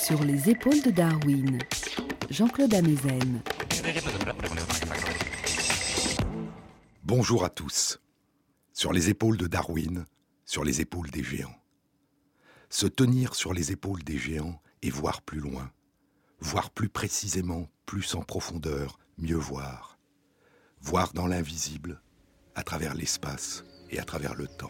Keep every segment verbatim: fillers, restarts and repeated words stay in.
Sur les épaules de Darwin, Jean-Claude Amezen. Bonjour à tous. Sur les épaules de Darwin, sur les épaules des géants. Se tenir sur les épaules des géants et voir plus loin. Voir plus précisément, plus en profondeur, mieux voir. Voir dans l'invisible, à travers l'espace et à travers le temps.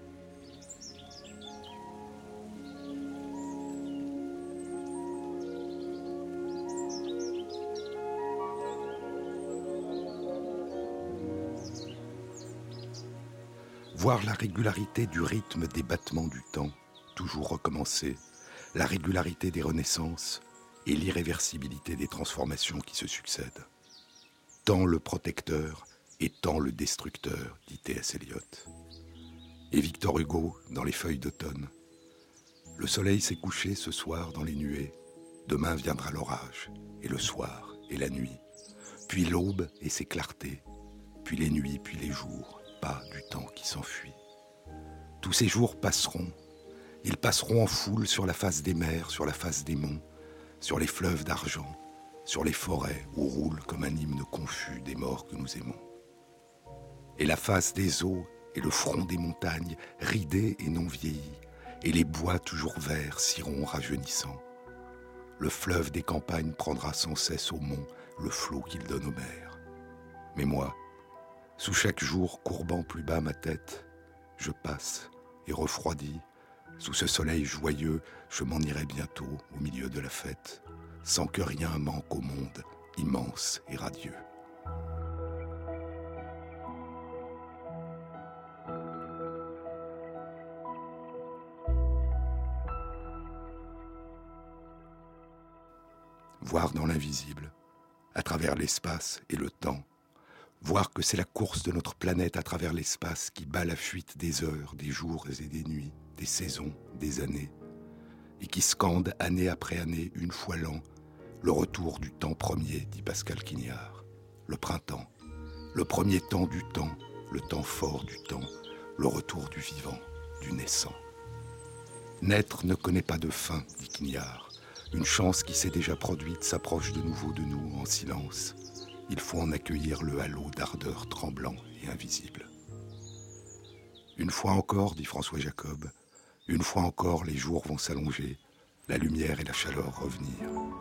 Voir la régularité du rythme des battements du temps, toujours recommencer, la régularité des renaissances et l'irréversibilité des transformations qui se succèdent. Tant le protecteur et tant le destructeur, dit T S Eliot. Et Victor Hugo, dans Les Feuilles d'automne. Le soleil s'est couché ce soir dans les nuées, demain viendra l'orage, et le soir, et la nuit, puis l'aube et ses clartés, puis les nuits, puis les jours. Pas du temps qui s'enfuit. Tous ces jours passeront. Ils passeront en foule sur la face des mers, sur la face des monts, sur les fleuves d'argent, sur les forêts où roulent comme un hymne confus des morts que nous aimons. Et la face des eaux et le front des montagnes, ridés et non vieillis, et les bois toujours verts s'iront rajeunissant. Le fleuve des campagnes prendra sans cesse au mont le flot qu'il donne aux mers. Mais moi, sous chaque jour, courbant plus bas ma tête, je passe et refroidi. Sous ce soleil joyeux, je m'en irai bientôt au milieu de la fête, sans que rien manque au monde, immense et radieux. Voir dans l'invisible, à travers l'espace et le temps, voir que c'est la course de notre planète à travers l'espace qui bat la fuite des heures, des jours et des nuits, des saisons, des années, et qui scande année après année, une fois l'an, le retour du temps premier, dit Pascal Quignard, le printemps, le premier temps du temps, le temps fort du temps, le retour du vivant, du naissant. Naître ne connaît pas de fin, dit Quignard, une chance qui s'est déjà produite s'approche de nouveau de nous en silence. Il faut en accueillir le halo d'ardeur tremblant et invisible. Une fois encore, dit François Jacob, une fois encore les jours vont s'allonger, la lumière et la chaleur revenir.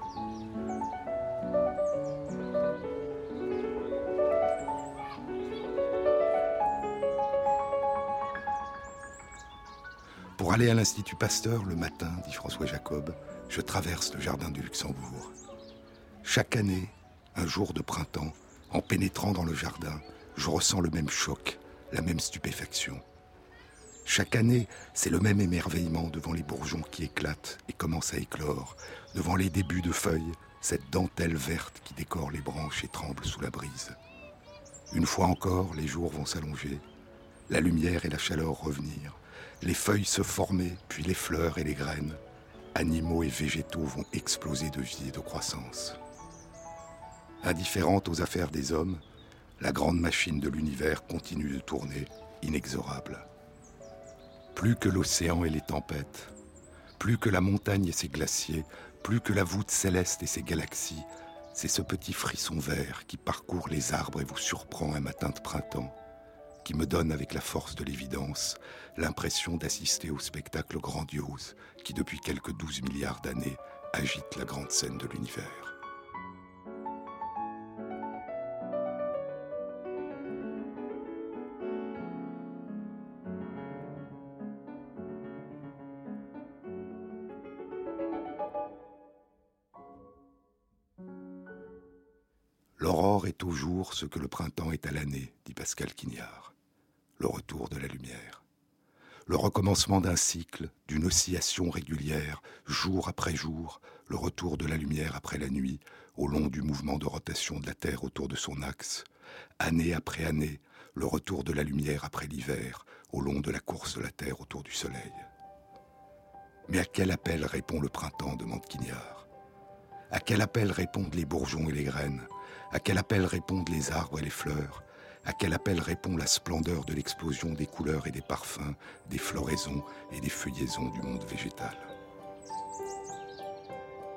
Pour aller à l'Institut Pasteur le matin, dit François Jacob, je traverse le jardin du Luxembourg. Chaque année, un jour de printemps, en pénétrant dans le jardin, je ressens le même choc, la même stupéfaction. Chaque année, c'est le même émerveillement devant les bourgeons qui éclatent et commencent à éclore, devant les débuts de feuilles, cette dentelle verte qui décore les branches et tremble sous la brise. Une fois encore, les jours vont s'allonger, la lumière et la chaleur revenir, les feuilles se former, puis les fleurs et les graines. Animaux et végétaux vont exploser de vie et de croissance. Indifférente aux affaires des hommes, la grande machine de l'univers continue de tourner, inexorable. Plus que l'océan et les tempêtes, plus que la montagne et ses glaciers, plus que la voûte céleste et ses galaxies, c'est ce petit frisson vert qui parcourt les arbres et vous surprend un matin de printemps, qui me donne avec la force de l'évidence l'impression d'assister au spectacle grandiose qui, depuis quelques douze milliards d'années, agite la grande scène de l'univers. L'aurore est au jour ce que le printemps est à l'année, dit Pascal Quignard. Le retour de la lumière. Le recommencement d'un cycle, d'une oscillation régulière, jour après jour, le retour de la lumière après la nuit, au long du mouvement de rotation de la Terre autour de son axe. Année après année, le retour de la lumière après l'hiver, au long de la course de la Terre autour du Soleil. Mais à quel appel répond le printemps, demande Quignard. À quel appel répondent les bourgeons et les graines? À quel appel répondent les arbres et les fleurs? À quel appel répond la splendeur de l'explosion des couleurs et des parfums, des floraisons et des feuillaisons du monde végétal?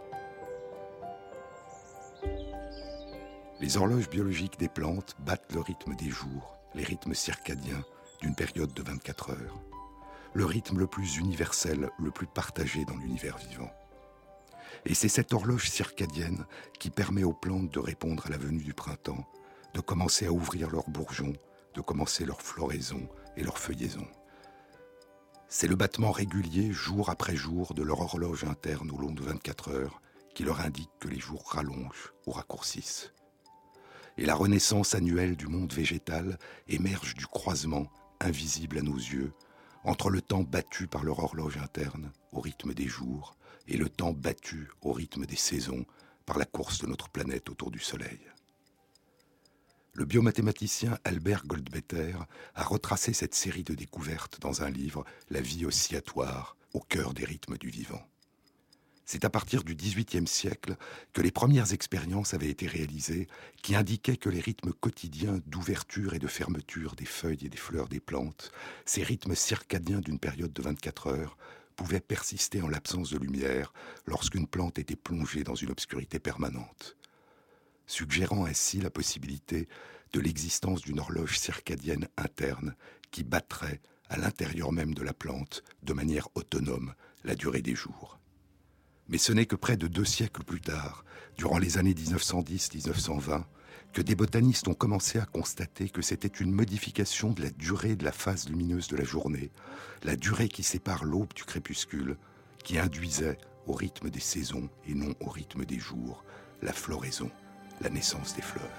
Les horloges biologiques des plantes battent le rythme des jours, les rythmes circadiens d'une période de vingt-quatre heures. Le rythme le plus universel, le plus partagé dans l'univers vivant. Et c'est cette horloge circadienne qui permet aux plantes de répondre à la venue du printemps, de commencer à ouvrir leurs bourgeons, de commencer leur floraison et leur feuillaison. C'est le battement régulier, jour après jour, de leur horloge interne au long de vingt-quatre heures qui leur indique que les jours rallongent ou raccourcissent. Et la renaissance annuelle du monde végétal émerge du croisement, invisible à nos yeux, entre le temps battu par leur horloge interne, au rythme des jours, et le temps battu au rythme des saisons, par la course de notre planète autour du Soleil. Le biomathématicien Albert Goldbetter a retracé cette série de découvertes dans un livre « La vie oscillatoire, au cœur des rythmes du vivant ». C'est à partir du dix-huitième siècle que les premières expériences avaient été réalisées qui indiquaient que les rythmes quotidiens d'ouverture et de fermeture des feuilles et des fleurs des plantes, ces rythmes circadiens d'une période de vingt-quatre heures, pouvaient persister en l'absence de lumière lorsqu'une plante était plongée dans une obscurité permanente, suggérant ainsi la possibilité de l'existence d'une horloge circadienne interne qui battrait à l'intérieur même de la plante, de manière autonome, la durée des jours. Mais ce n'est que près de deux siècles plus tard, durant les années dix-neuf cent dix à dix-neuf cent vingt, que des botanistes ont commencé à constater que c'était une modification de la durée de la phase lumineuse de la journée, la durée qui sépare l'aube du crépuscule, qui induisait au rythme des saisons et non au rythme des jours, la floraison, la naissance des fleurs.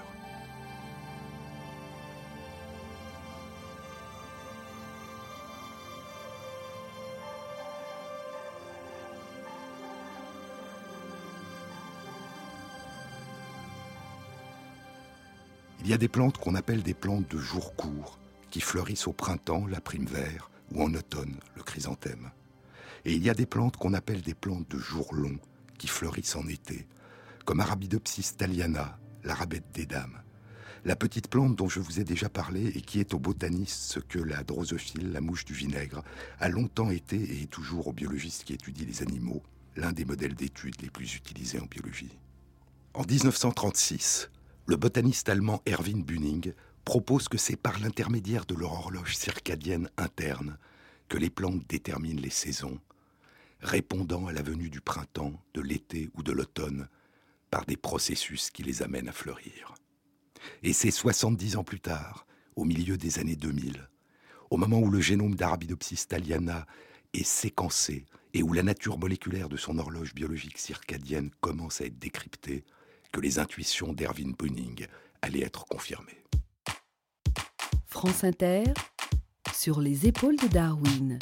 Il y a des plantes qu'on appelle des plantes de jour court, qui fleurissent au printemps, la prime vert, ou en automne, le chrysanthème. Et il y a des plantes qu'on appelle des plantes de jour long, qui fleurissent en été, comme Arabidopsis thaliana, l'arabette des dames. La petite plante dont je vous ai déjà parlé et qui est aux botanistes ce que la drosophile, la mouche du vinaigre, a longtemps été et est toujours aux biologistes qui étudient les animaux, l'un des modèles d'études les plus utilisés en biologie. En dix-neuf cent trente-six, le botaniste allemand Erwin Bühning propose que c'est par l'intermédiaire de leur horloge circadienne interne que les plantes déterminent les saisons, répondant à la venue du printemps, de l'été ou de l'automne, par des processus qui les amènent à fleurir. Et c'est soixante-dix ans plus tard, au milieu des années deux mille, au moment où le génome d'Arabidopsis thaliana est séquencé et où la nature moléculaire de son horloge biologique circadienne commence à être décryptée, que les intuitions d'Erwin Bühning allaient être confirmées. France Inter, sur les épaules de Darwin.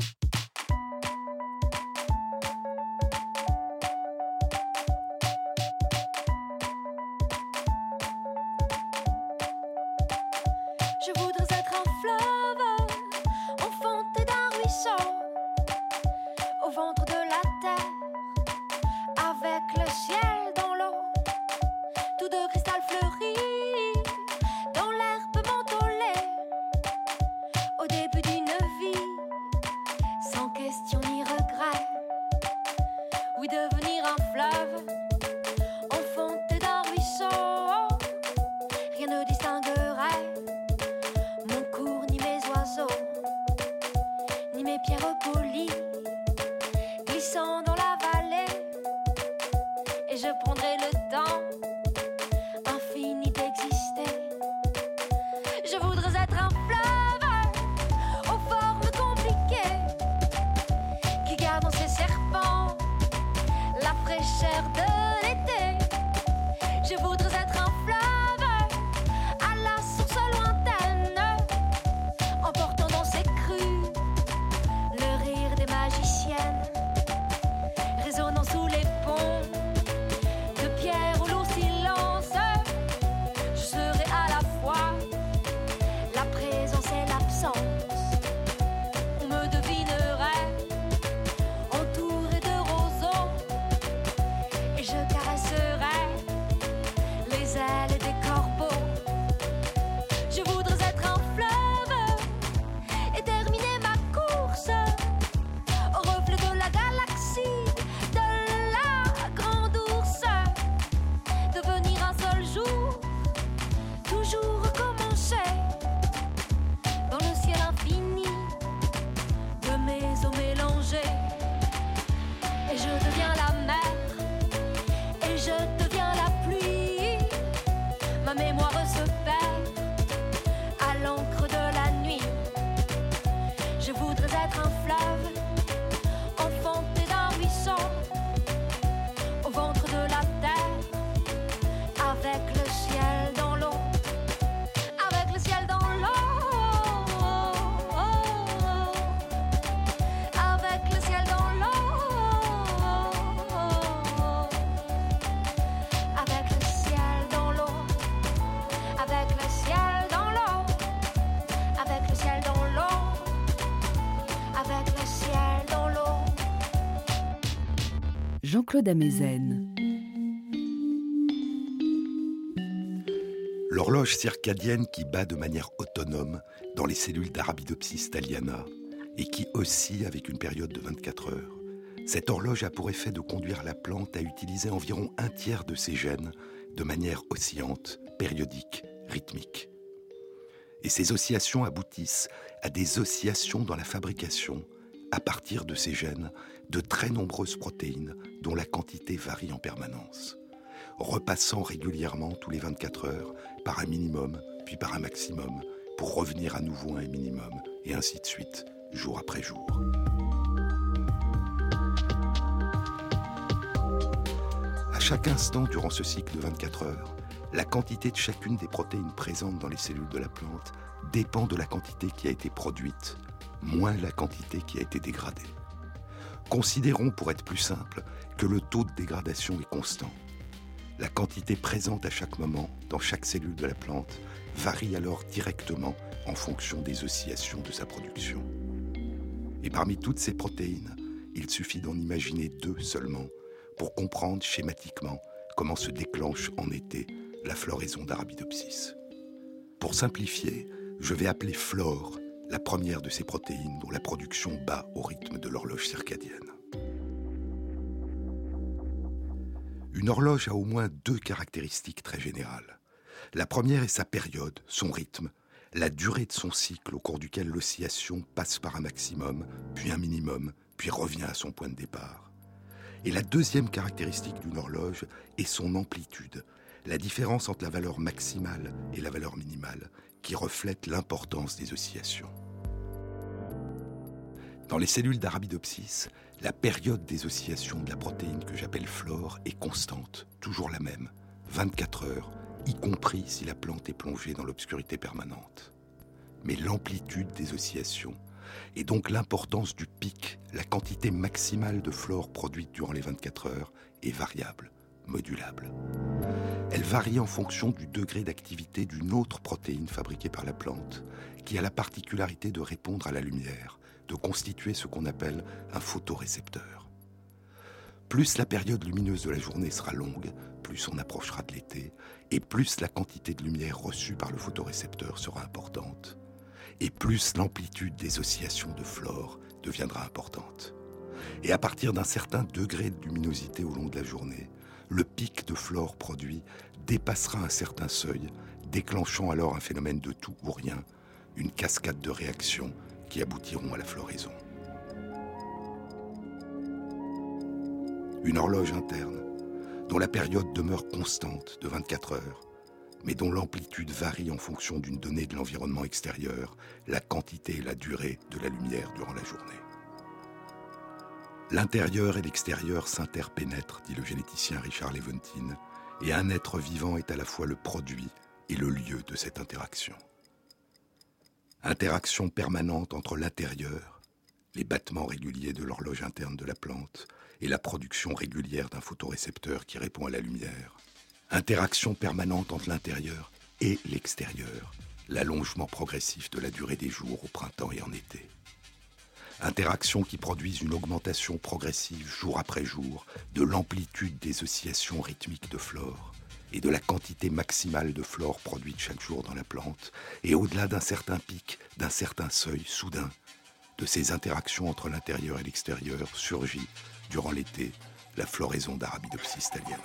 Je voudrais être un fleuve, enfanté d'un ruisseau, au ventre de la terre, avec le ciel dans l'eau, tout de cristal fleuri, dans l'herbe mentholée, au début d'une vie, sans question ni regret. Oui, devenir un fleuve, enfanté d'un ruisseau, rien ne distinguerait mon cours ni mes oiseaux, ni mes pierres polies, glissant dans la vallée, et je prendrai le temps infini d'exister. Je voudrais être un fleuve aux formes compliquées, qui garde en ses serpents la fraîcheur de l'été. Je voudrais être un fleuve à la source lointaine, emportant dans ses crues le rire des magiciennes, résonnant sous les ponts de pierre où lourd silence. Je serai à la fois la présence et l'absence. On me devinerait entouré de roseaux, et Je voudrais être un fleuve, enfanté d'un ruisseau, au ventre de la terre, avec le ciel dans l'eau, avec le ciel dans l'eau, avec le ciel dans l'eau, avec le ciel dans l'eau, avec le ciel dans l'eau, avec le ciel dans l'eau, avec le ciel dans l'eau. Jean-Claude Amezen. L'horloge circadienne qui bat de manière autonome dans les cellules d'Arabidopsis thaliana et qui oscille avec une période de vingt-quatre heures. Cette horloge a pour effet de conduire la plante à utiliser environ un tiers de ses gènes de manière oscillante, périodique, rythmique. Et ces oscillations aboutissent à des oscillations dans la fabrication, à partir de ces gènes, de très nombreuses protéines dont la quantité varie en permanence, repassant régulièrement tous les vingt-quatre heures par un minimum, puis par un maximum, pour revenir à nouveau à un minimum, et ainsi de suite, jour après jour. À chaque instant durant ce cycle de vingt-quatre heures, la quantité de chacune des protéines présentes dans les cellules de la plante dépend de la quantité qui a été produite, moins la quantité qui a été dégradée. Considérons, pour être plus simple, que le taux de dégradation est constant. La quantité présente à chaque moment, dans chaque cellule de la plante, varie alors directement en fonction des oscillations de sa production. Et parmi toutes ces protéines, il suffit d'en imaginer deux seulement pour comprendre schématiquement comment se déclenche en été la floraison d'Arabidopsis. Pour simplifier, je vais appeler Flore la première de ces protéines dont la production bat au rythme de l'horloge circadienne. Une horloge a au moins deux caractéristiques très générales. La première est sa période, son rythme, la durée de son cycle au cours duquel l'oscillation passe par un maximum, puis un minimum, puis revient à son point de départ. Et la deuxième caractéristique d'une horloge est son amplitude, la différence entre la valeur maximale et la valeur minimale, qui reflète l'importance des oscillations. Dans les cellules d'Arabidopsis, la période des oscillations de la protéine que j'appelle Flore est constante, toujours la même, vingt-quatre heures, y compris si la plante est plongée dans l'obscurité permanente. Mais l'amplitude des oscillations, et donc l'importance du pic, la quantité maximale de Flore produite durant les vingt-quatre heures, est variable, modulable. Elle varie en fonction du degré d'activité d'une autre protéine fabriquée par la plante, qui a la particularité de répondre à la lumière, de constituer ce qu'on appelle un photorécepteur. Plus la période lumineuse de la journée sera longue, plus on approchera de l'été, et plus la quantité de lumière reçue par le photorécepteur sera importante, et plus l'amplitude des oscillations de Flore deviendra importante. Et à partir d'un certain degré de luminosité au long de la journée, le pic de Flore produit dépassera un certain seuil, déclenchant alors un phénomène de tout ou rien, une cascade de réactions qui aboutiront à la floraison. Une horloge interne, dont la période demeure constante de vingt-quatre heures, mais dont l'amplitude varie en fonction d'une donnée de l'environnement extérieur, la quantité et la durée de la lumière durant la journée. L'intérieur et l'extérieur s'interpénètrent, dit le généticien Richard Levontin, et un être vivant est à la fois le produit et le lieu de cette interaction. Interaction permanente entre l'intérieur, les battements réguliers de l'horloge interne de la plante, et la production régulière d'un photorécepteur qui répond à la lumière. Interaction permanente entre l'intérieur et l'extérieur, l'allongement progressif de la durée des jours au printemps et en été. Interactions qui produisent une augmentation progressive jour après jour de l'amplitude des oscillations rythmiques de Flore et de la quantité maximale de Flore produite chaque jour dans la plante, et au-delà d'un certain pic, d'un certain seuil soudain, de ces interactions entre l'intérieur et l'extérieur surgit, durant l'été, la floraison d'Arabidopsis thaliana.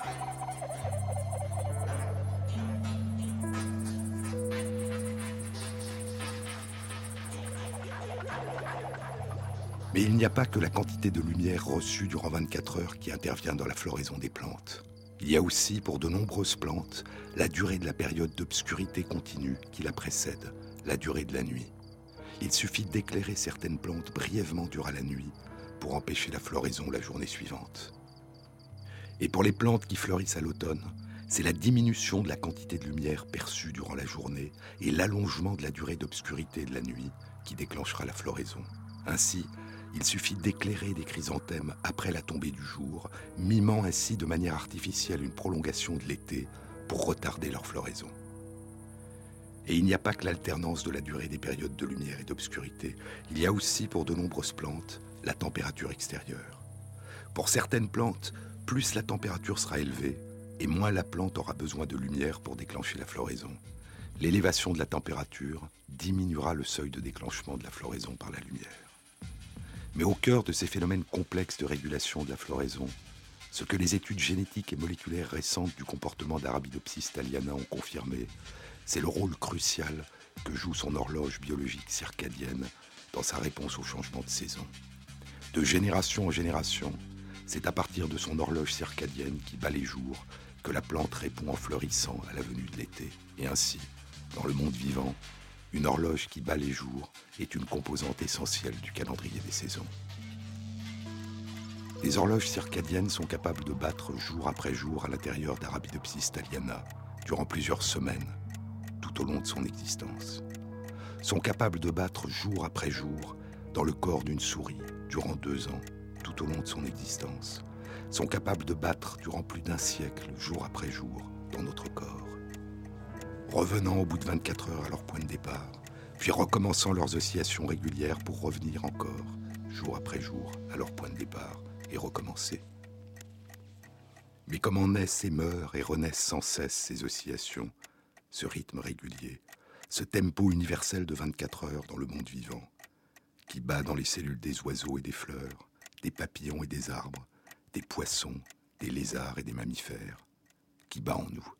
Mais il n'y a pas que la quantité de lumière reçue durant vingt-quatre heures qui intervient dans la floraison des plantes. Il y a aussi, pour de nombreuses plantes, la durée de la période d'obscurité continue qui la précède, la durée de la nuit. Il suffit d'éclairer certaines plantes brièvement durant la nuit pour empêcher la floraison la journée suivante. Et pour les plantes qui fleurissent à l'automne, c'est la diminution de la quantité de lumière perçue durant la journée et l'allongement de la durée d'obscurité de la nuit qui déclenchera la floraison. Ainsi, il suffit d'éclairer des chrysanthèmes après la tombée du jour, mimant ainsi de manière artificielle une prolongation de l'été pour retarder leur floraison. Et il n'y a pas que l'alternance de la durée des périodes de lumière et d'obscurité, il y a aussi pour de nombreuses plantes la température extérieure. Pour certaines plantes, plus la température sera élevée, et moins la plante aura besoin de lumière pour déclencher la floraison. L'élévation de la température diminuera le seuil de déclenchement de la floraison par la lumière. Mais au cœur de ces phénomènes complexes de régulation de la floraison, ce que les études génétiques et moléculaires récentes du comportement d'Arabidopsis thaliana ont confirmé, c'est le rôle crucial que joue son horloge biologique circadienne dans sa réponse au changement de saison. De génération en génération, c'est à partir de son horloge circadienne qui bat les jours que la plante répond en fleurissant à la venue de l'été. Et ainsi, dans le monde vivant, une horloge qui bat les jours est une composante essentielle du calendrier des saisons. Les horloges circadiennes sont capables de battre jour après jour à l'intérieur d'Arabidopsis thaliana durant plusieurs semaines, tout au long de son existence. Sont capables de battre jour après jour dans le corps d'une souris durant deux ans, tout au long de son existence, sont capables de battre durant plus d'un siècle, jour après jour, dans notre corps. Revenant au bout de vingt-quatre heures à leur point de départ, puis recommençant leurs oscillations régulières pour revenir encore, jour après jour, à leur point de départ, et recommencer. Mais comment naissent et meurent et renaissent sans cesse ces oscillations, ce rythme régulier, ce tempo universel de vingt-quatre heures dans le monde vivant, qui bat dans les cellules des oiseaux et des fleurs, des papillons et des arbres, des poissons, des lézards et des mammifères, qui bat en nous.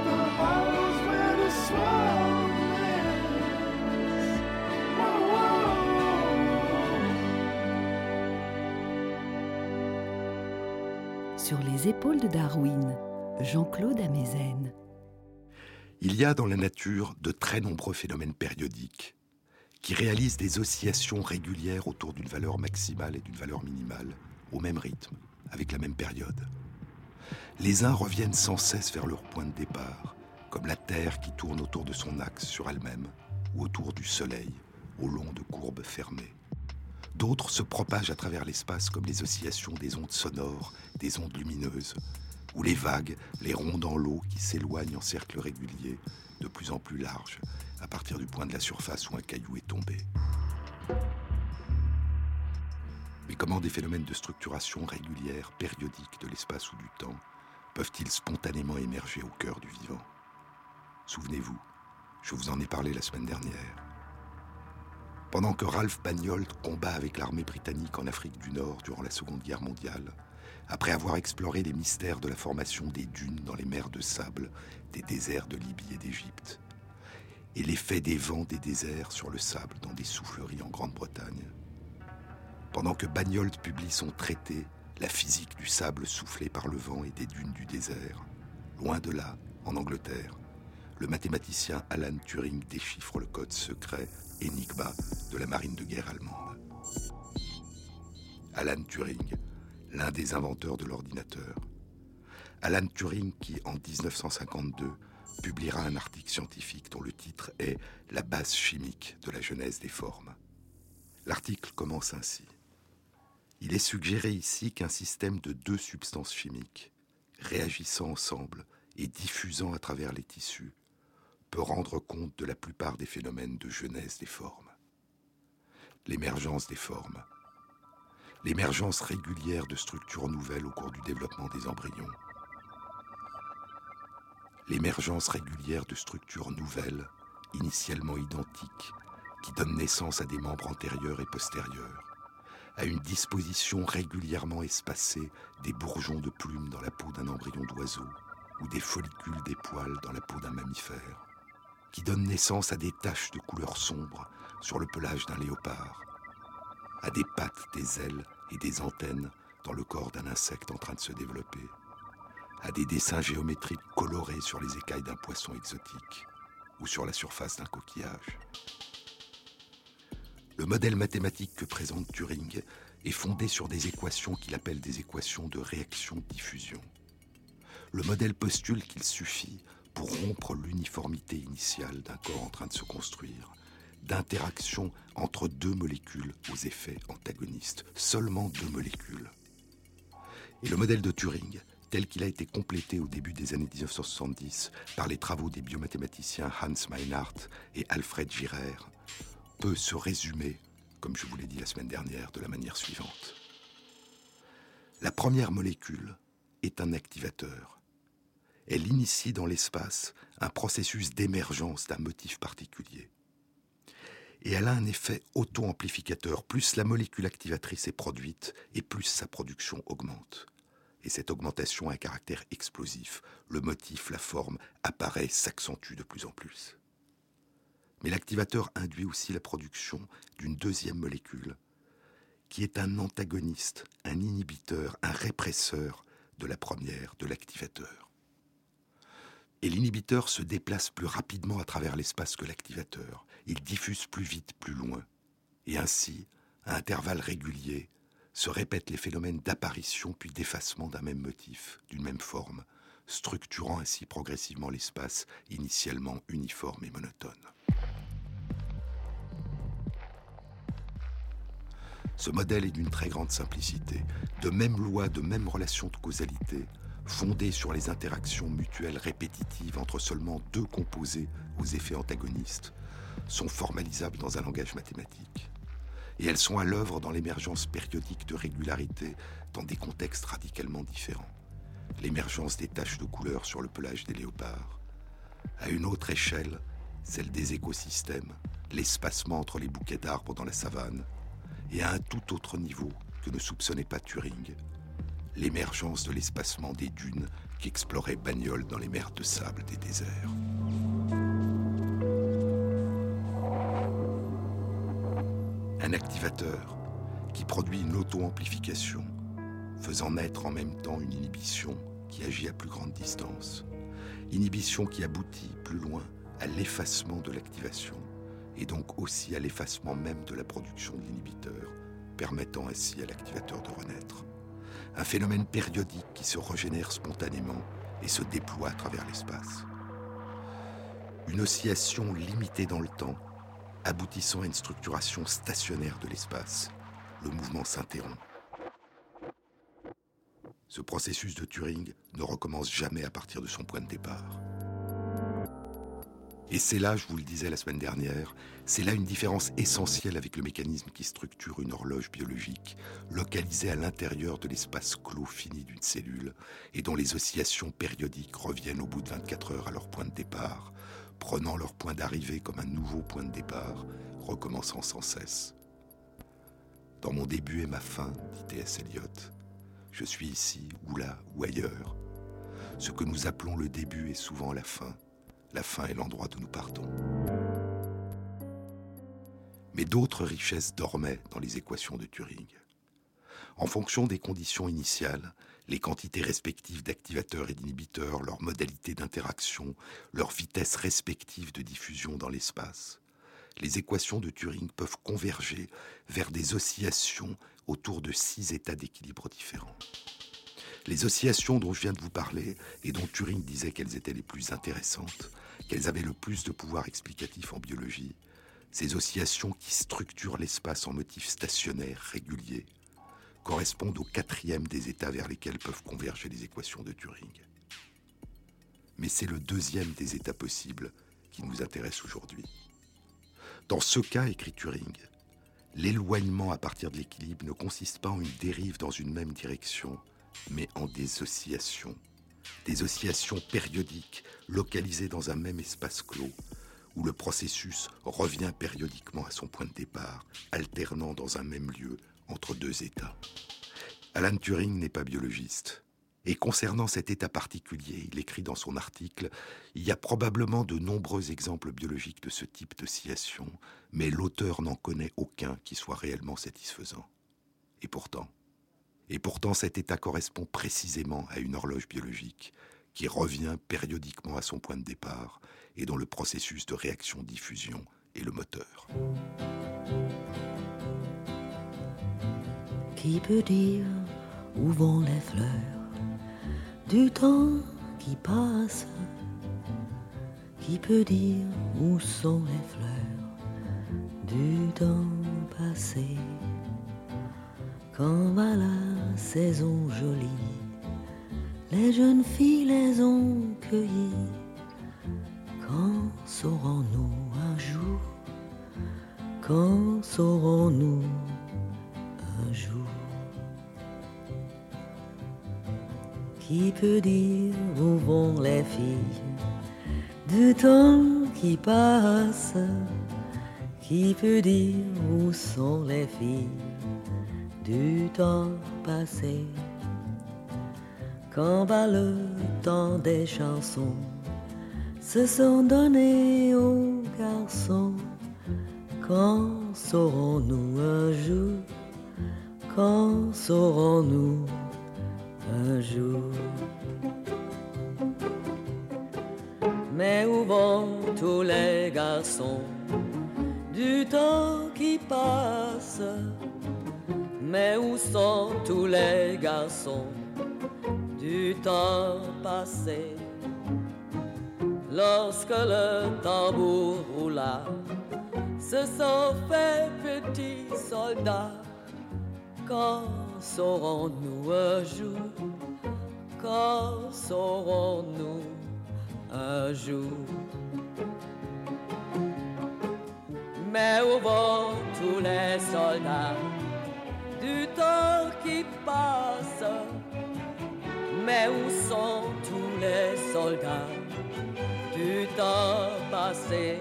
Whoa, whoa. Sur les épaules de Darwin, Jean-Claude Amezen. Il y a dans la nature de très nombreux phénomènes périodiques qui réalisent des oscillations régulières autour d'une valeur maximale et d'une valeur minimale, au même rythme, avec la même période. Les uns reviennent sans cesse vers leur point de départ, comme la Terre qui tourne autour de son axe sur elle-même, ou autour du Soleil, au long de courbes fermées. D'autres se propagent à travers l'espace comme les oscillations des ondes sonores, des ondes lumineuses, ou les vagues, les ronds dans l'eau qui s'éloignent en cercles réguliers, de plus en plus larges, à partir du point de la surface où un caillou est tombé. Mais comment des phénomènes de structuration régulière, périodique de l'espace ou du temps, peuvent-ils spontanément émerger au cœur du vivant ? Souvenez-vous, je vous en ai parlé la semaine dernière. Pendant que Ralph Bagnold combat avec l'armée britannique en Afrique du Nord durant la Seconde Guerre mondiale, après avoir exploré les mystères de la formation des dunes dans les mers de sable, des déserts de Libye et d'Égypte, et l'effet des vents des déserts sur le sable dans des souffleries en Grande-Bretagne, pendant que Bagnold publie son traité « La physique du sable soufflé par le vent et des dunes du désert », loin de là, en Angleterre, le mathématicien Alan Turing déchiffre le code secret Enigma de la marine de guerre allemande. Alan Turing, l'un des inventeurs de l'ordinateur. Alan Turing qui, en dix-neuf cent cinquante-deux, publiera un article scientifique dont le titre est « La base chimique de la genèse des formes ». L'article commence ainsi. Il est suggéré ici qu'un système de deux substances chimiques, réagissant ensemble et diffusant à travers les tissus, peut rendre compte de la plupart des phénomènes de genèse des formes. L'émergence des formes, l'émergence régulière de structures nouvelles au cours du développement des embryons, l'émergence régulière de structures nouvelles, initialement identiques, qui donnent naissance à des membres antérieurs et postérieurs, à une disposition régulièrement espacée des bourgeons de plumes dans la peau d'un embryon d'oiseau ou des follicules des poils dans la peau d'un mammifère, qui donnent naissance à des taches de couleur sombre sur le pelage d'un léopard, à des pattes, des ailes et des antennes dans le corps d'un insecte en train de se développer, à des dessins géométriques colorés sur les écailles d'un poisson exotique ou sur la surface d'un coquillage. Le modèle mathématique que présente Turing est fondé sur des équations qu'il appelle des équations de réaction-diffusion. Le modèle postule qu'il suffit, pour rompre l'uniformité initiale d'un corps en train de se construire, d'interaction entre deux molécules aux effets antagonistes, seulement deux molécules. Et le modèle de Turing, tel qu'il a été complété au début des années dix-neuf cent soixante-dix par les travaux des biomathématiciens Hans Meinhardt et Alfred Girrer, peut se résumer, comme je vous l'ai dit la semaine dernière, de la manière suivante. La première molécule est un activateur. Elle initie dans l'espace un processus d'émergence d'un motif particulier. Et elle a un effet auto-amplificateur. Plus la molécule activatrice est produite, et plus sa production augmente. Et cette augmentation a un caractère explosif. Le motif, la forme, apparaît, s'accentue de plus en plus. Mais l'activateur induit aussi la production d'une deuxième molécule, qui est un antagoniste, un inhibiteur, un répresseur de la première, de l'activateur. Et l'inhibiteur se déplace plus rapidement à travers l'espace que l'activateur. Il diffuse plus vite, plus loin. Et ainsi, à intervalles réguliers, se répètent les phénomènes d'apparition puis d'effacement d'un même motif, d'une même forme, structurant ainsi progressivement l'espace initialement uniforme et monotone. Ce modèle est d'une très grande simplicité, de mêmes lois, de mêmes relations de causalité, fondées sur les interactions mutuelles répétitives entre seulement deux composés aux effets antagonistes, sont formalisables dans un langage mathématique. Et elles sont à l'œuvre dans l'émergence périodique de régularité dans des contextes radicalement différents. L'émergence des taches de couleur sur le pelage des léopards. À une autre échelle, celle des écosystèmes, l'espacement entre les bouquets d'arbres dans la savane, et à un tout autre niveau que ne soupçonnait pas Turing, l'émergence de l'espacement des dunes qu'explorait Bagnold dans les mers de sable des déserts. Un activateur qui produit une auto-amplification faisant naître en même temps une inhibition qui agit à plus grande distance. Inhibition qui aboutit, plus loin, à l'effacement de l'activation, et donc aussi à l'effacement même de la production de l'inhibiteur, permettant ainsi à l'activateur de renaître. Un phénomène périodique qui se régénère spontanément et se déploie à travers l'espace. Une oscillation limitée dans le temps, aboutissant à une structuration stationnaire de l'espace. Le mouvement s'interrompt. Ce processus de Turing ne recommence jamais à partir de son point de départ. Et c'est là, je vous le disais la semaine dernière, c'est là une différence essentielle avec le mécanisme qui structure une horloge biologique, localisée à l'intérieur de l'espace clos fini d'une cellule, et dont les oscillations périodiques reviennent au bout de vingt-quatre heures à leur point de départ, prenant leur point d'arrivée comme un nouveau point de départ, recommençant sans cesse. Dans mon début et ma fin, dit T S Eliot, je suis ici, ou là, ou ailleurs. Ce que nous appelons le début est souvent la fin. La fin est l'endroit d'où nous partons. Mais d'autres richesses dormaient dans les équations de Turing. En fonction des conditions initiales, les quantités respectives d'activateurs et d'inhibiteurs, leurs modalités d'interaction, leurs vitesses respectives de diffusion dans l'espace, les équations de Turing peuvent converger vers des oscillations autour de six états d'équilibre différents. Les oscillations dont je viens de vous parler et dont Turing disait qu'elles étaient les plus intéressantes, qu'elles avaient le plus de pouvoir explicatif en biologie, ces oscillations qui structurent l'espace en motifs stationnaires, réguliers, correspondent au quatrième des états vers lesquels peuvent converger les équations de Turing. Mais c'est le deuxième des états possibles qui nous intéresse aujourd'hui. Dans ce cas, écrit Turing, l'éloignement à partir de l'équilibre ne consiste pas en une dérive dans une même direction, mais en des oscillations. Des oscillations périodiques localisées dans un même espace clos, où le processus revient périodiquement à son point de départ, alternant dans un même lieu entre deux états. Alan Turing n'est pas biologiste. Et concernant cet état particulier, il écrit dans son article « Il y a probablement de nombreux exemples biologiques de ce type d'oscillation, mais l'auteur n'en connaît aucun qui soit réellement satisfaisant. » Et pourtant, et pourtant cet état correspond précisément à une horloge biologique qui revient périodiquement à son point de départ et dont le processus de réaction-diffusion est le moteur. Qui peut dire où vont les fleurs du temps qui passe? Qui peut dire où sont les fleurs du temps passé? Quand va la saison jolie, les jeunes filles les ont cueillies. Quand saurons-nous un jour? Quand saurons-nous un jour? Qui peut dire où vont les filles du temps qui passe? Qui peut dire où sont les filles du temps passé? Quand va le temps des chansons se sont donnés aux garçons? Quand saurons-nous un jour? Quand saurons-nous un jour? Mais où vont tous les garçons du temps qui passe? Mais où sont tous les garçons du temps passé? Lorsque le tambour roula, se sont fait petits soldats. Quand saurons-nous un jour? Quand saurons-nous un jour? Mais où vont tous les soldats du temps qui passe? Mais où sont tous les soldats du temps passé?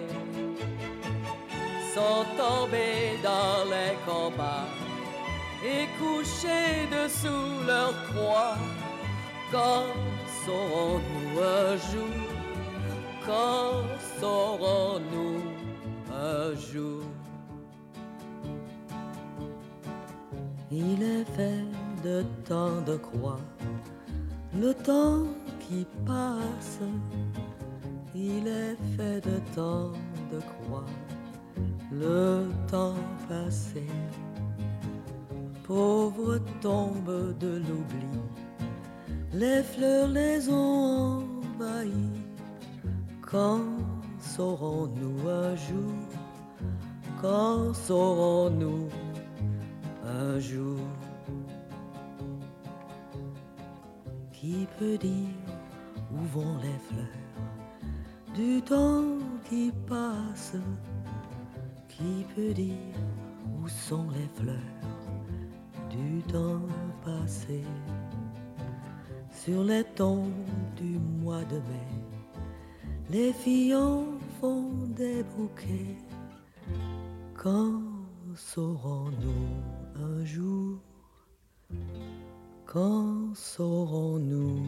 Sont tombés dans les combats et couchés dessous leur croix. Quand saurons-nous un jour? Quand saurons-nous un jour? Il est fait de tant de croix. Le temps qui passe, il est fait de tant de croix. Le temps passé, pauvre tombe de l'oubli, les fleurs les ont envahies. Quand saurons-nous un jour, quand saurons-nous un jour? Qui peut dire où vont les fleurs du temps qui passe? Qui peut dire où sont les fleurs du temps passé? Sur les tombes du mois de mai, les filles en font des bouquets. Quand saurons-nous un jour? Quand saurons-nous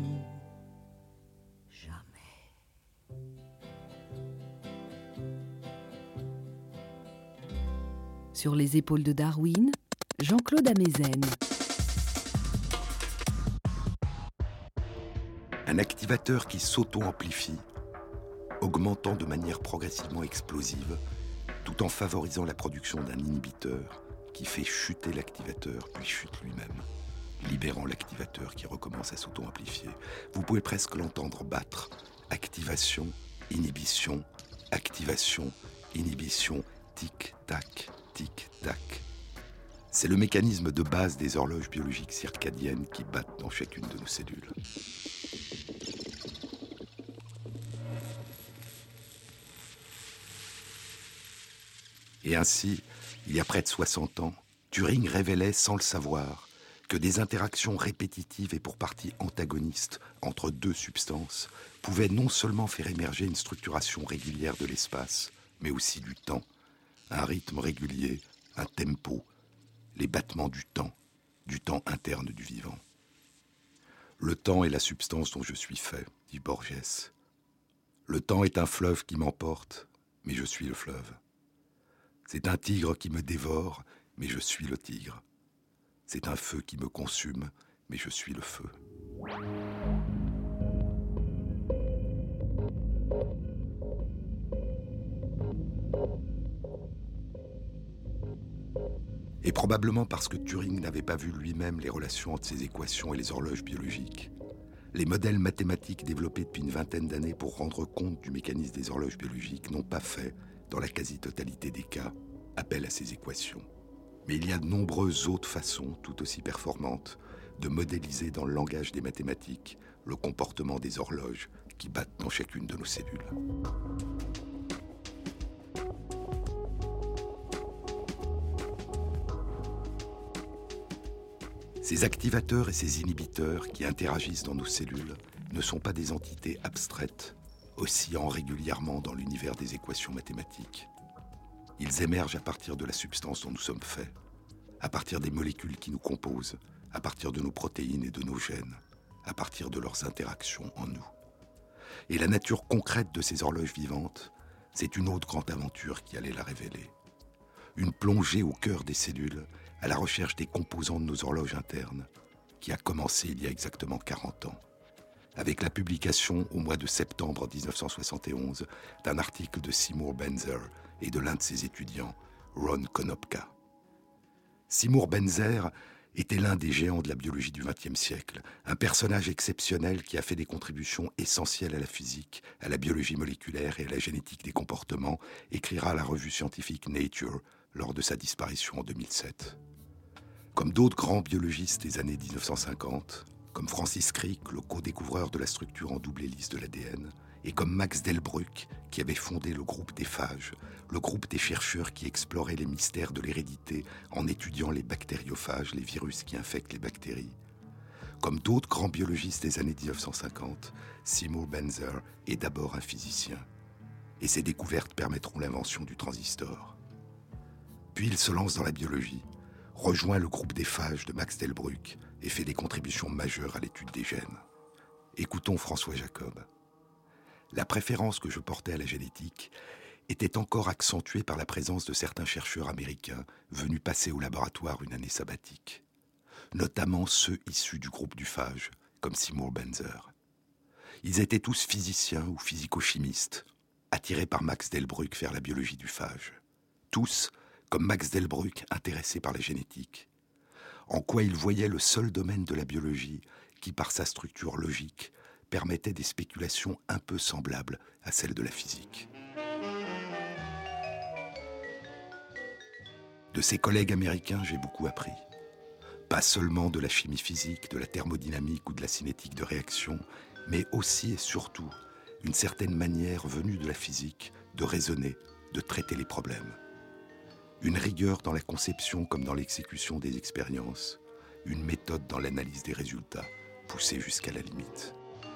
jamais? Sur les épaules de Darwin, Jean-Claude Amezen. Un activateur qui s'auto-amplifie, augmentant de manière progressivement explosive, tout en favorisant la production d'un inhibiteur qui fait chuter l'activateur, puis chute lui-même, libérant l'activateur qui recommence à s'auto-amplifier. Vous pouvez presque l'entendre battre. Activation, inhibition, activation, inhibition, tic-tac, tic-tac. C'est le mécanisme de base des horloges biologiques circadiennes qui battent dans chacune de nos cellules. Et ainsi, il y a près de soixante ans, Turing révélait sans le savoir que des interactions répétitives et pour partie antagonistes entre deux substances pouvaient non seulement faire émerger une structuration régulière de l'espace, mais aussi du temps, un rythme régulier, un tempo, les battements du temps, du temps interne du vivant. Le temps est la substance dont je suis fait, dit Borges. Le temps est un fleuve qui m'emporte, mais je suis le fleuve. C'est un tigre qui me dévore, mais je suis le tigre. C'est un feu qui me consume, mais je suis le feu. Et probablement parce que Turing n'avait pas vu lui-même les relations entre ces équations et les horloges biologiques, les modèles mathématiques développés depuis une vingtaine d'années pour rendre compte du mécanisme des horloges biologiques n'ont pas fait, dans la quasi-totalité des cas, appel à ces équations. Mais il y a de nombreuses autres façons, tout aussi performantes, de modéliser dans le langage des mathématiques le comportement des horloges qui battent dans chacune de nos cellules. Ces activateurs et ces inhibiteurs qui interagissent dans nos cellules ne sont pas des entités abstraites, oscillant régulièrement dans l'univers des équations mathématiques. Ils émergent à partir de la substance dont nous sommes faits, à partir des molécules qui nous composent, à partir de nos protéines et de nos gènes, à partir de leurs interactions en nous. Et la nature concrète de ces horloges vivantes, c'est une autre grande aventure qui allait la révéler. Une plongée au cœur des cellules, à la recherche des composants de nos horloges internes, qui a commencé il y a exactement quarante ans, avec la publication au mois de septembre dix-neuf cent soixante et onze d'un article de Seymour Benzer et de l'un de ses étudiants, Ron Konopka. Seymour Benzer était l'un des géants de la biologie du vingtième siècle, un personnage exceptionnel qui a fait des contributions essentielles à la physique, à la biologie moléculaire et à la génétique des comportements, écrira la revue scientifique Nature lors de sa disparition en deux mille sept. Comme d'autres grands biologistes des années dix-neuf cent cinquante, comme Francis Crick, le co-découvreur de la structure en double hélice de l'A D N, et comme Max Delbrück, qui avait fondé le groupe des phages, le groupe des chercheurs qui exploraient les mystères de l'hérédité en étudiant les bactériophages, les virus qui infectent les bactéries. Comme d'autres grands biologistes des années dix-neuf cent cinquante, Seymour Benzer est d'abord un physicien. Et ses découvertes permettront l'invention du transistor. Puis il se lance dans la biologie, rejoint le groupe des phages de Max Delbrück et fait des contributions majeures à l'étude des gènes. Écoutons François Jacob. La préférence que je portais à la génétique était encore accentuée par la présence de certains chercheurs américains venus passer au laboratoire une année sabbatique. notamment ceux issus du groupe du phage, comme Seymour Benzer. Ils étaient tous physiciens ou physico-chimistes, attirés par Max Delbrück vers la biologie du phage. Tous, comme Max Delbrück, intéressés par la génétique. En quoi ils voyaient le seul domaine de la biologie qui, par sa structure logique, permettait des spéculations un peu semblables à celles de la physique. De ses collègues américains, j'ai beaucoup appris. Pas seulement de la chimie physique, de la thermodynamique ou de la cinétique de réaction, mais aussi et surtout une certaine manière venue de la physique de raisonner, de traiter les problèmes. Une rigueur dans la conception comme dans l'exécution des expériences, une méthode dans l'analyse des résultats, poussée jusqu'à la limite.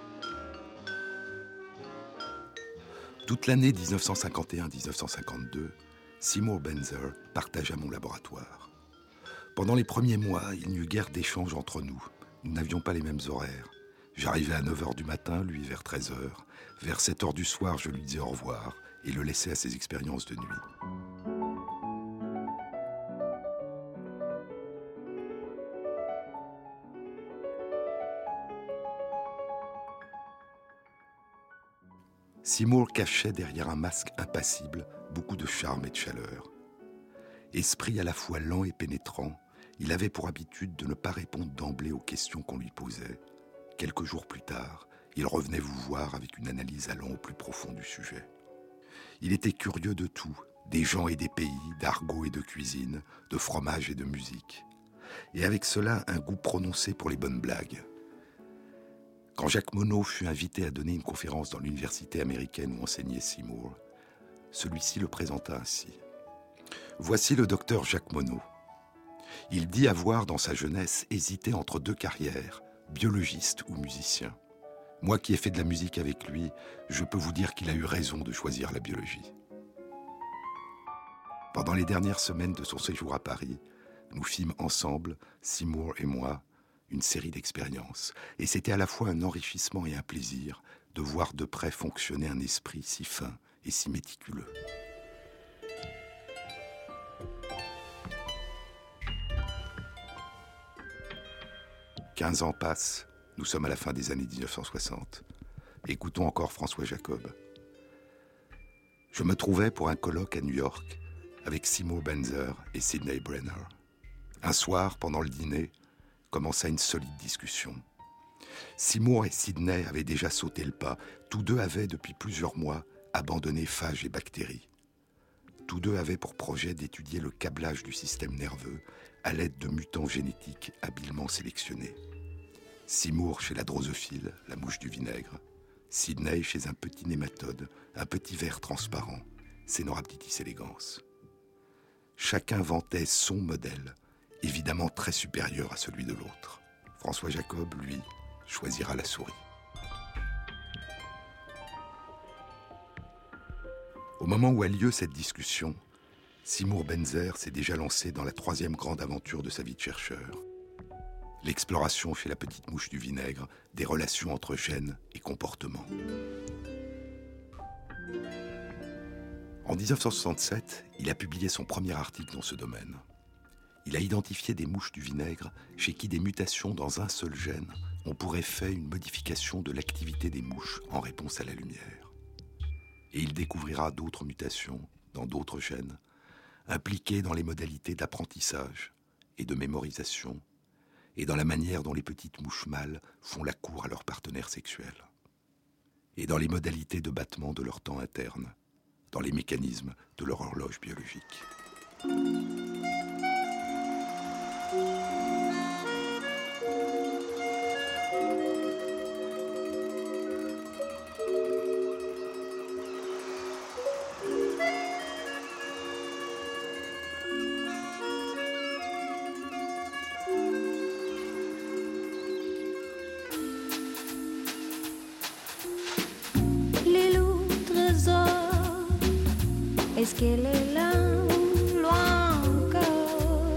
Toute l'année dix-neuf cent cinquante et un à dix-neuf cent cinquante-deux, Seymour Benzer partagea mon laboratoire. Pendant les premiers mois, il n'y eut guère d'échange entre nous. Nous n'avions pas les mêmes horaires. J'arrivais à neuf heures du matin, lui vers treize heures. Vers sept heures du soir, je lui disais au revoir et le laissais à ses expériences de nuit. Seymour cachait derrière un masque impassible beaucoup de charme et de chaleur. Esprit à la fois lent et pénétrant, il avait pour habitude de ne pas répondre d'emblée aux questions qu'on lui posait. Quelques jours plus tard, il revenait vous voir avec une analyse allant au plus profond du sujet. Il était curieux de tout, des gens et des pays, d'argot et de cuisine, de fromage et de musique. Et avec cela, un goût prononcé pour les bonnes blagues. Quand Jacques Monod fut invité à donner une conférence dans l'université américaine où enseignait Seymour, celui-ci le présenta ainsi. Voici le docteur Jacques Monod. Il dit avoir, dans sa jeunesse, hésité entre deux carrières, biologiste ou musicien. Moi qui ai fait de la musique avec lui, je peux vous dire qu'il a eu raison de choisir la biologie. Pendant les dernières semaines de son séjour à Paris, nous fîmes ensemble, Seymour et moi, une série d'expériences. Et c'était à la fois un enrichissement et un plaisir de voir de près fonctionner un esprit si fin et si méticuleux. Quinze ans passent, nous sommes à la fin des années dix-neuf cent soixante. Écoutons encore François Jacob. Je me trouvais pour un colloque à New York avec Seymour Benzer et Sidney Brenner. Un soir, pendant le dîner, commença une solide discussion. Seymour et Sidney avaient déjà sauté le pas. Tous deux avaient, depuis plusieurs mois, abandonné phages et bactéries. Tous deux avaient pour projet d'étudier le câblage du système nerveux à l'aide de mutants génétiques habilement sélectionnés. Seymour chez la drosophile, la mouche du vinaigre. Sidney chez un petit nématode, un petit ver transparent, Caenorhabditis elegans. Chacun vantait son modèle, évidemment très supérieur à celui de l'autre. François Jacob, lui, choisira la souris. Au moment où a lieu cette discussion, Seymour Benzer s'est déjà lancé dans la troisième grande aventure de sa vie de chercheur. L'exploration chez la petite mouche du vinaigre des relations entre gènes et comportements. En dix-neuf cent soixante-sept, il a publié son premier article dans ce domaine. Il a identifié des mouches du vinaigre chez qui des mutations dans un seul gène ont pour effet une modification de l'activité des mouches en réponse à la lumière. Et il découvrira d'autres mutations dans d'autres gènes, impliquées dans les modalités d'apprentissage et de mémorisation, et dans la manière dont les petites mouches mâles font la cour à leurs partenaires sexuels, et dans les modalités de battement de leur temps interne, dans les mécanismes de leur horloge biologique. Est-ce qu'elle est là ou loin encore?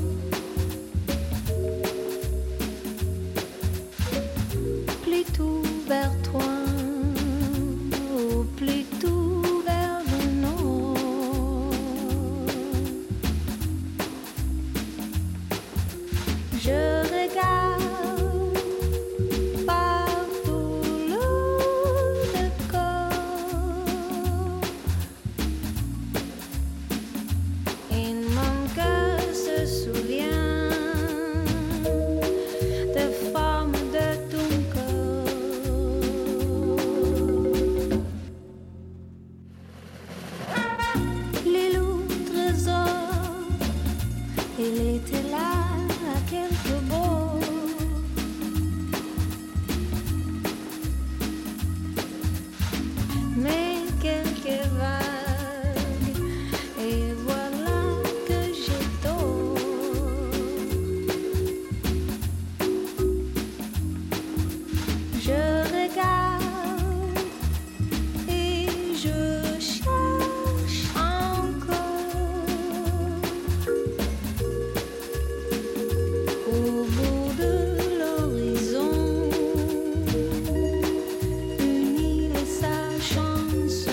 Plutôt vers toi ou plutôt vers le nord? Je Elle était là à quelques mots. Mais quelques vagues, et voilà que j'ai tort. Je regarde et je cherche encore au bout de l'horizon une île et sa chanson.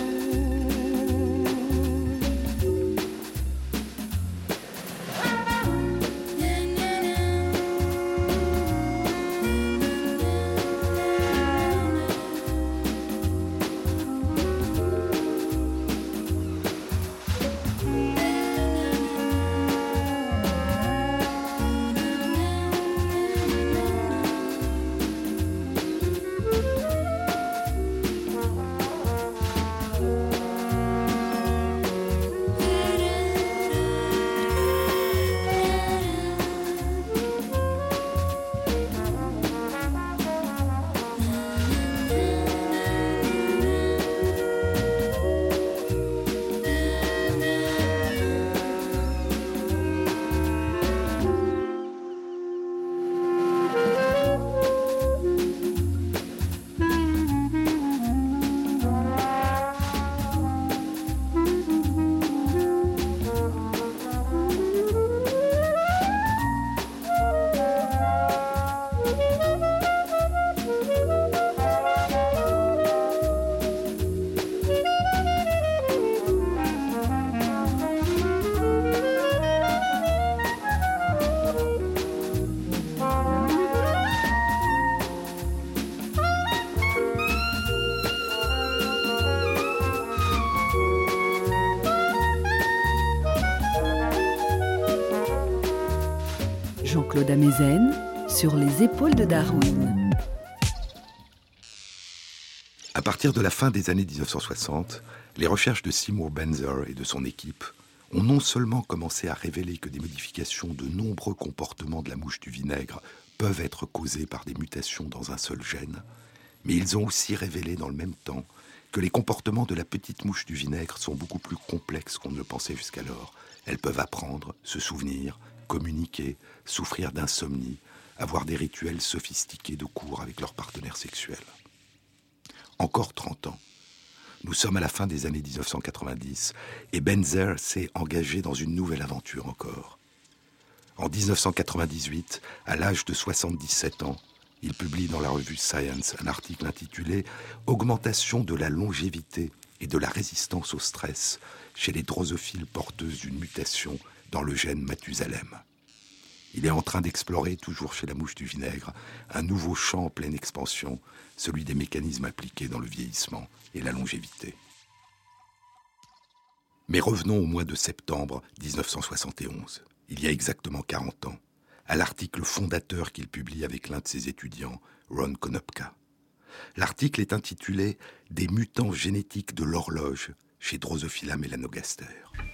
Jean-Claude Amezen sur les épaules de Darwin. À partir de la fin des années dix-neuf cent soixante, les recherches de Seymour Benzer et de son équipe ont non seulement commencé à révéler que des modifications de nombreux comportements de la mouche du vinaigre peuvent être causées par des mutations dans un seul gène, mais ils ont aussi révélé dans le même temps que les comportements de la petite mouche du vinaigre sont beaucoup plus complexes qu'on ne le pensait jusqu'alors. Elles peuvent apprendre, se souvenir, communiquer, souffrir d'insomnie, avoir des rituels sophistiqués de cours avec leurs partenaires sexuels. Encore trente ans. Nous sommes à la fin des années dix-neuf cent quatre-vingt-dix et Benzer s'est engagé dans une nouvelle aventure encore. En dix-neuf cent quatre-vingt-dix-huit, à l'âge de soixante-dix-sept ans, il publie dans la revue Science un article intitulé « Augmentation de la longévité et de la résistance au stress chez les drosophiles porteuses d'une mutation dans le gène Mathusalem ». Il est en train d'explorer, toujours chez la mouche du vinaigre, un nouveau champ en pleine expansion, celui des mécanismes appliqués dans le vieillissement et la longévité. Mais revenons au mois de septembre dix-neuf cent soixante et onze, il y a exactement quarante ans, à l'article fondateur qu'il publie avec l'un de ses étudiants, Ron Konopka. L'article est intitulé « Des mutants génétiques de l'horloge chez Drosophila melanogaster ».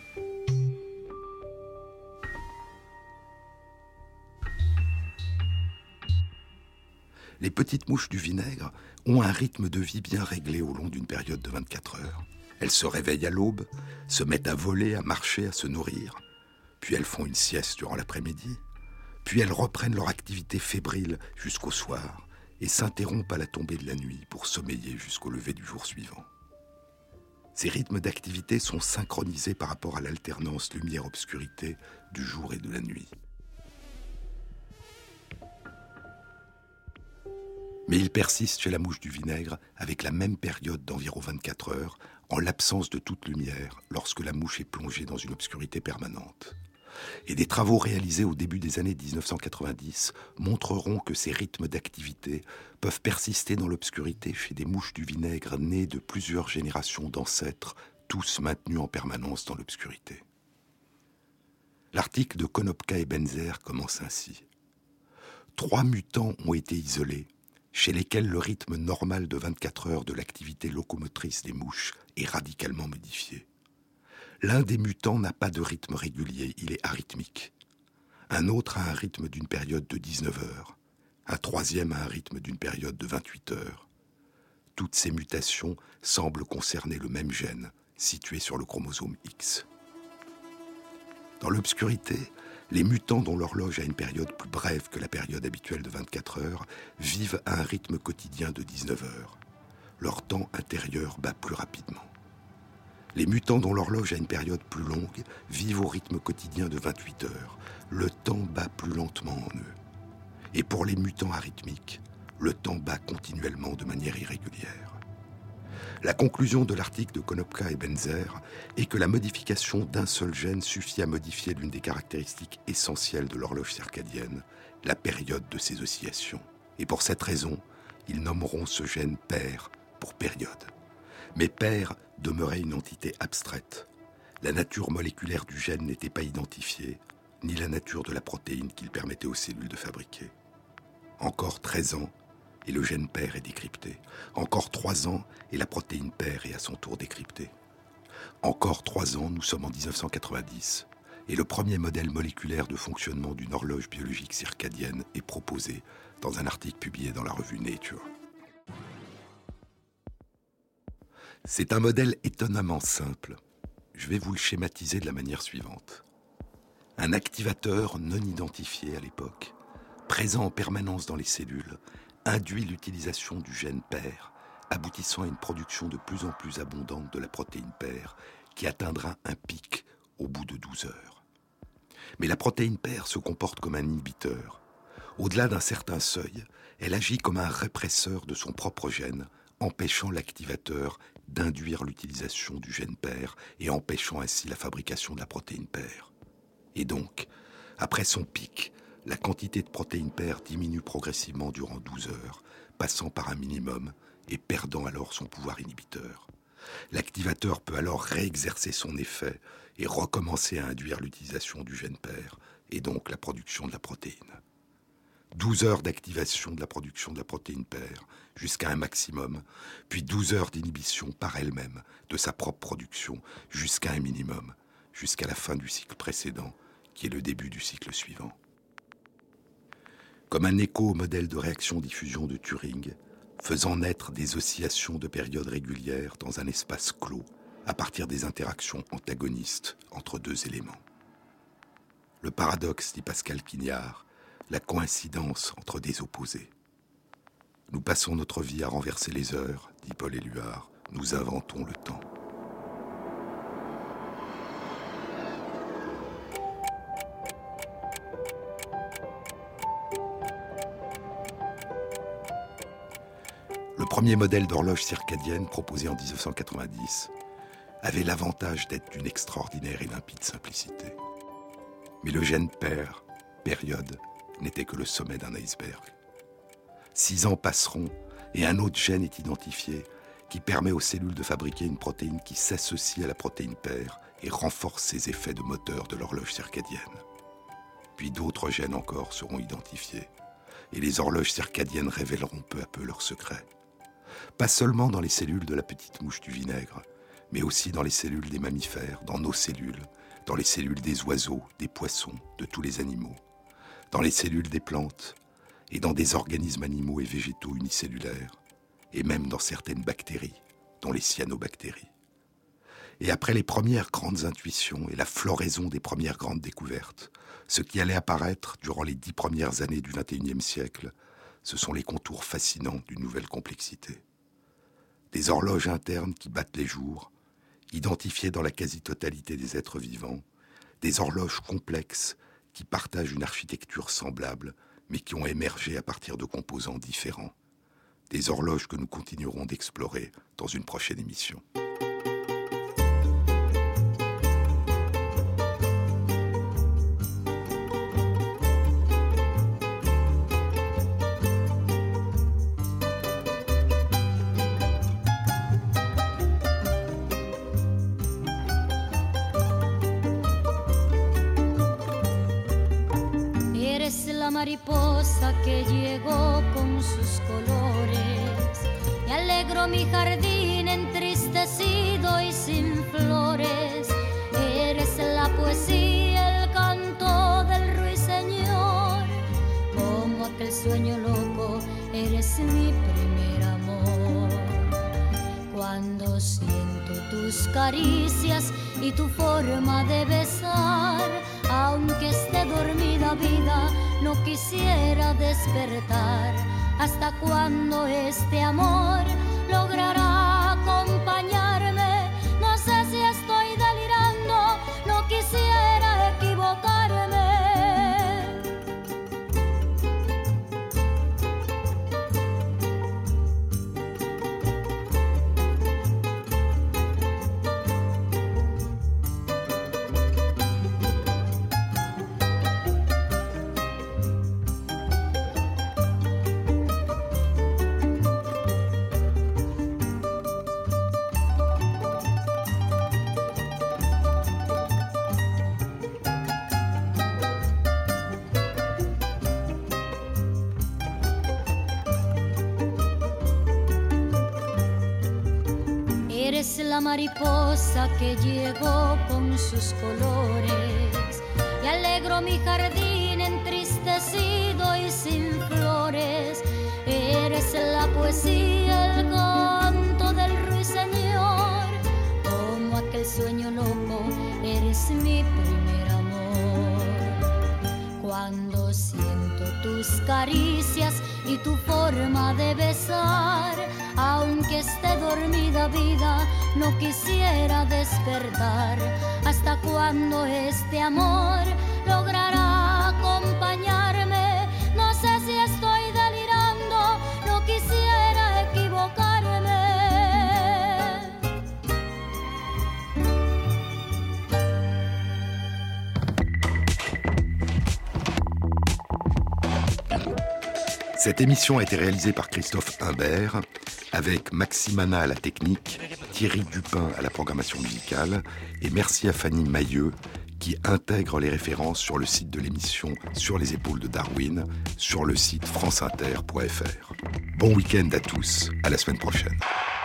Les petites mouches du vinaigre ont un rythme de vie bien réglé au long d'une période de vingt-quatre heures. Elles se réveillent à l'aube, se mettent à voler, à marcher, à se nourrir. Puis elles font une sieste durant l'après-midi. Puis elles reprennent leur activité fébrile jusqu'au soir et s'interrompent à la tombée de la nuit pour sommeiller jusqu'au lever du jour suivant. Ces rythmes d'activité sont synchronisés par rapport à l'alternance lumière-obscurité du jour et de la nuit. Mais il persiste chez la mouche du vinaigre avec la même période d'environ vingt-quatre heures, en l'absence de toute lumière, lorsque la mouche est plongée dans une obscurité permanente. Et des travaux réalisés au début des années dix-neuf cent quatre-vingt-dix montreront que ces rythmes d'activité peuvent persister dans l'obscurité chez des mouches du vinaigre nées de plusieurs générations d'ancêtres, tous maintenus en permanence dans l'obscurité. L'article de Konopka et Benzer commence ainsi. Trois mutants ont été isolés, chez lesquels le rythme normal de vingt-quatre heures de l'activité locomotrice des mouches est radicalement modifié. L'un des mutants n'a pas de rythme régulier, il est arythmique. un autre à un rythme d'une période de dix-neuf heures, un troisième à un rythme d'une période de vingt-huit heures. Toutes ces mutations semblent concerner le même gène, situé sur le chromosome X. Dans l'obscurité, les mutants dont l'horloge a une période plus brève que la période habituelle de vingt-quatre heures vivent à un rythme quotidien de dix-neuf heures. Leur temps intérieur bat plus rapidement. Les mutants dont l'horloge a une période plus longue vivent au rythme quotidien de vingt-huit heures. Le temps bat plus lentement en eux. Et pour les mutants arythmiques, le temps bat continuellement de manière irrégulière. La conclusion de l'article de Konopka et Benzer est que la modification d'un seul gène suffit à modifier l'une des caractéristiques essentielles de l'horloge circadienne, la période de ces oscillations. Et pour cette raison, ils nommeront ce gène pair pour période. Mais pair demeurait une entité abstraite. La nature moléculaire du gène n'était pas identifiée, ni la nature de la protéine qu'il permettait aux cellules de fabriquer. Encore treize ans, et le gène pair est décrypté. Encore trois ans, et la protéine pair est à son tour décryptée. Encore trois ans, nous sommes en dix-neuf cent quatre-vingt-dix, et le premier modèle moléculaire de fonctionnement d'une horloge biologique circadienne est proposé dans un article publié dans la revue Nature. C'est un modèle étonnamment simple. Je vais vous le schématiser de la manière suivante. Un activateur non identifié à l'époque, présent en permanence dans les cellules, induit l'utilisation du gène pair, aboutissant à une production de plus en plus abondante de la protéine pair, qui atteindra un pic au bout de douze heures. Mais la protéine pair se comporte comme un inhibiteur. Au-delà d'un certain seuil, elle agit comme un répresseur de son propre gène, empêchant l'activateur d'induire l'utilisation du gène pair et empêchant ainsi la fabrication de la protéine pair. Et donc, après son pic, la quantité de protéines pair diminue progressivement durant douze heures, passant par un minimum et perdant alors son pouvoir inhibiteur. L'activateur peut alors réexercer son effet et recommencer à induire l'utilisation du gène pair et donc la production de la protéine. douze heures d'activation de la production de la protéine pair jusqu'à un maximum, puis douze heures d'inhibition par elle-même de sa propre production jusqu'à un minimum, jusqu'à la fin du cycle précédent, qui est le début du cycle suivant. Comme un écho au modèle de réaction-diffusion de Turing, faisant naître des oscillations de périodes régulières dans un espace clos à partir des interactions antagonistes entre deux éléments. Le paradoxe, dit Pascal Quignard, la coïncidence entre des opposés. Nous passons notre vie à renverser les heures, dit Paul Éluard, nous inventons le temps. Le premier modèle d'horloge circadienne proposé en dix-neuf cent quatre-vingt-dix avait l'avantage d'être d'une extraordinaire et limpide simplicité. Mais le gène pair, période, n'était que le sommet d'un iceberg. Six ans passeront et un autre gène est identifié qui permet aux cellules de fabriquer une protéine qui s'associe à la protéine pair et renforce ses effets de moteur de l'horloge circadienne. Puis d'autres gènes encore seront identifiés et les horloges circadiennes révéleront peu à peu leurs secrets. Pas seulement dans les cellules de la petite mouche du vinaigre, mais aussi dans les cellules des mammifères, dans nos cellules, dans les cellules des oiseaux, des poissons, de tous les animaux, dans les cellules des plantes et dans des organismes animaux et végétaux unicellulaires, et même dans certaines bactéries, dont les cyanobactéries. Et après les premières grandes intuitions et la floraison des premières grandes découvertes, ce qui allait apparaître durant les dix premières années du vingt et unième siècle, ce sont les contours fascinants d'une nouvelle complexité. Des horloges internes qui battent les jours, identifiées dans la quasi-totalité des êtres vivants, des horloges complexes qui partagent une architecture semblable, mais qui ont émergé à partir de composants différents. Des horloges que nous continuerons d'explorer dans une prochaine émission. Mariposa que llegó con sus colores y alegró mi jardín entristecido y sin flores. Eres la poesía, el canto del ruiseñor. sueño loco, eres mi primer amor. Cuando siento tus caricias y tu forma de besar, aunque esté dormida vida, no quisiera despertar. ¿Hasta cuándo este amor logrará acompañarme? No sé si estoy delirando, no quisiera equivocarme. Eres la mariposa que llegó con sus colores y alegro mi jardín entristecido y sin flores. Eres la poesía, el canto del ruiseñor, como aquel sueño loco, eres mi primer amor. Cuando siento tus caricias y tu forma de besar, aunque esté dormida vida, no quisiera despertar. ¿Hasta cuándo este amor logrará acompañarme? No sé si estoy delirando, no quisiera equivocarme. Cette émission a été réalisée par Christophe Imbert, avec Maxime Anna à la technique, Thierry Dupin à la programmation musicale, et merci à Fanny Mailleux, qui intègre les références sur le site de l'émission Sur les épaules de Darwin, sur le site franceinter point f r. Bon week-end à tous, à la semaine prochaine.